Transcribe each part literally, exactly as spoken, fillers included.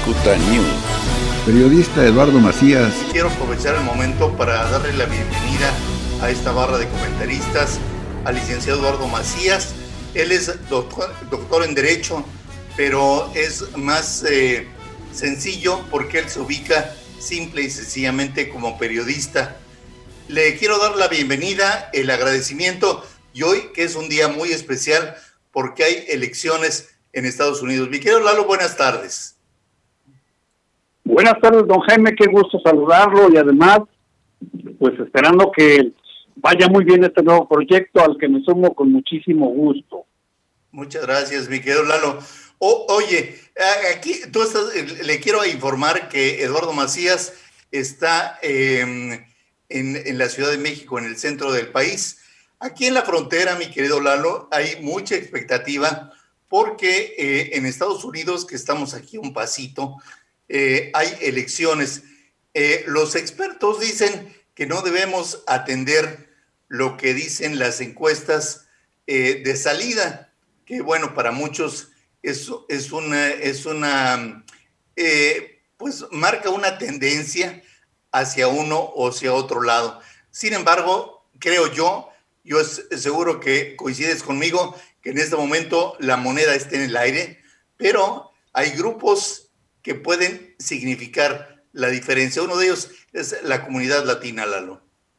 Calcuta News. Periodista Eduardo Macías. Quiero aprovechar el momento para darle la bienvenida a esta barra de comentaristas al licenciado Eduardo Macías. Él es doctor, doctor en Derecho, pero es más eh, sencillo porque él se ubica simple y sencillamente como periodista. Le quiero dar la bienvenida, el agradecimiento, y hoy que es un día muy especial porque hay elecciones en Estados Unidos. Mi querido Lalo, buenas tardes. Buenas tardes, don Jaime, qué gusto saludarlo y además, pues esperando que vaya muy bien este nuevo proyecto al que me sumo con muchísimo gusto. Muchas gracias, mi querido Lalo. O, oye, aquí tú estás, le quiero informar que Eduardo Macías está eh, en, en la Ciudad de México, en el centro del país. Aquí en la frontera, mi querido Lalo, hay mucha expectativa porque eh, en Estados Unidos, que estamos aquí un pasito, Eh, hay elecciones. Eh, los expertos dicen que no debemos atender lo que dicen las encuestas eh, de salida, que bueno, para muchos es, es una, es una eh, pues marca una tendencia hacia uno o hacia otro lado. Sin embargo, creo yo, yo es, seguro que coincides conmigo, que en este momento la moneda está en el aire, pero hay grupos que pueden significar la diferencia. Uno de ellos es la comunidad latina, Lalo.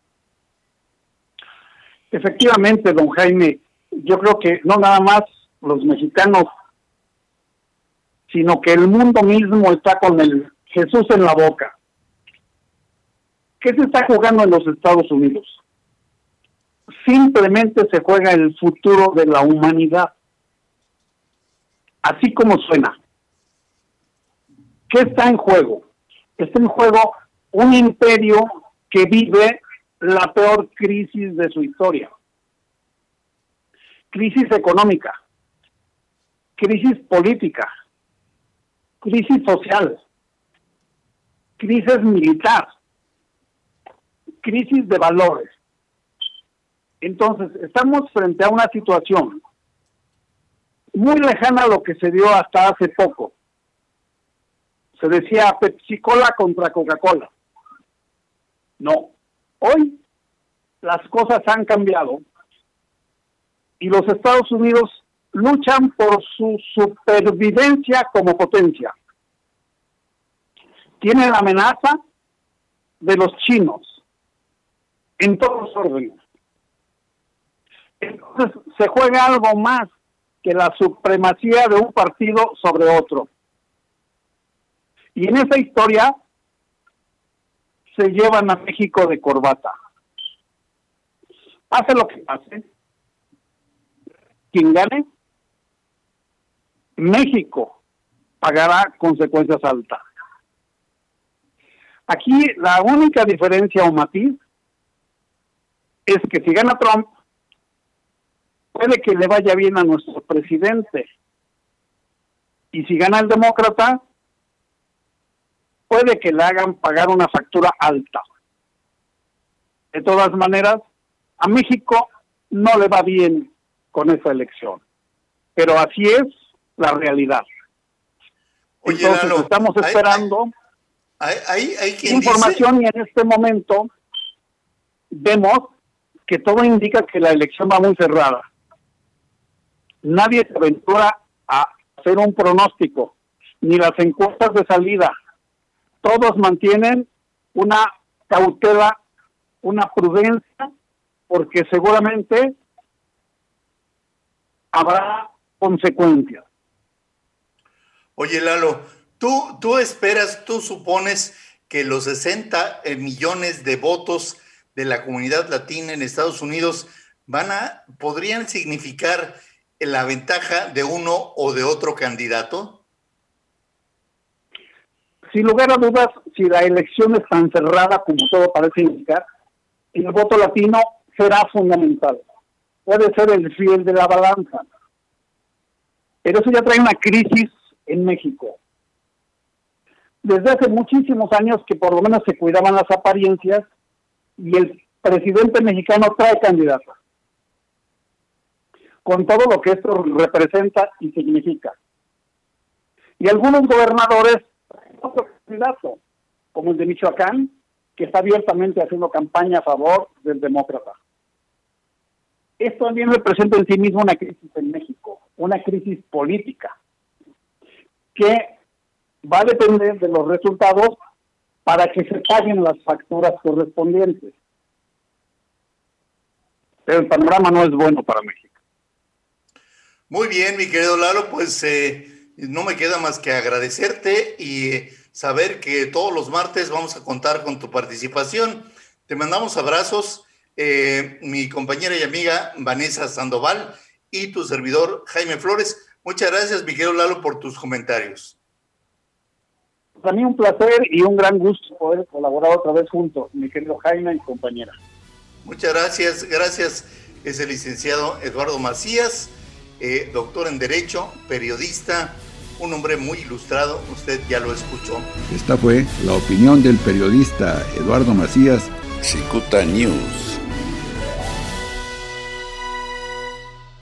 Efectivamente, don Jaime, yo creo que no nada más los mexicanos, sino que el mundo mismo está con el Jesús en la boca. ¿Qué se está jugando en los Estados Unidos? Simplemente se juega el futuro de la humanidad. Así como suena. ¿Qué está en juego? Está en juego un imperio que vive la peor crisis de su historia. Crisis económica, crisis política, crisis social, crisis militar, crisis de valores. Entonces, estamos frente a una situación muy lejana a lo que se dio hasta hace poco. Se decía Pepsi-Cola contra Coca-Cola. No. Hoy las cosas han cambiado y los Estados Unidos luchan por su supervivencia como potencia. Tienen la amenaza de los chinos en todos los órdenes. Entonces se juega algo más que la supremacía de un partido sobre otro. Y en esa historia se llevan a México de corbata. Pase lo que pase, quien gane, México pagará consecuencias altas. Aquí la única diferencia o matiz es que si gana Trump, puede que le vaya bien a nuestro presidente. Y si gana el demócrata, puede que le hagan pagar una factura alta. De todas maneras, a México no le va bien con esa elección. Pero así es la realidad. Oye, Entonces Lalo, estamos esperando hay, hay, hay quien información dice... y en este momento vemos que todo indica que la elección va muy cerrada. Nadie se aventura a hacer un pronóstico, ni las encuestas de salida. Todos mantienen una cautela, una prudencia, porque seguramente habrá consecuencias. Oye, Lalo, tú, tú esperas, tú supones que los sesenta millones de votos de la comunidad latina en Estados Unidos van a, podrían significar la ventaja de uno o de otro candidato. Sin lugar a dudas, si la elección es tan cerrada como todo parece indicar, el voto latino será fundamental. Puede ser el fiel de la balanza. Pero eso ya trae una crisis en México. Desde hace muchísimos años que por lo menos se cuidaban las apariencias y el presidente mexicano trae candidatos. Con todo lo que esto representa y significa. Y algunos gobernadores otro candidato, como el de Michoacán, que está abiertamente haciendo campaña a favor del demócrata. Esto también representa en sí mismo una crisis en México, una crisis política, que va a depender de los resultados para que se paguen las facturas correspondientes. Pero el panorama no es bueno para México. Muy bien, mi querido Lalo, pues eh, no me queda más que agradecerte y eh, saber que todos los martes vamos a contar con tu participación. Te mandamos abrazos, eh, mi compañera y amiga Vanessa Sandoval y tu servidor Jaime Flores. Muchas gracias, mi querido Lalo, por tus comentarios. Para mí un placer y un gran gusto poder colaborar otra vez juntos, mi querido Jaime y compañera. Muchas gracias, gracias. Es el licenciado Eduardo Macías, eh, doctor en Derecho, periodista, un hombre muy ilustrado, usted ya lo escuchó. Esta fue la opinión del periodista Eduardo Macías, Cicuta News.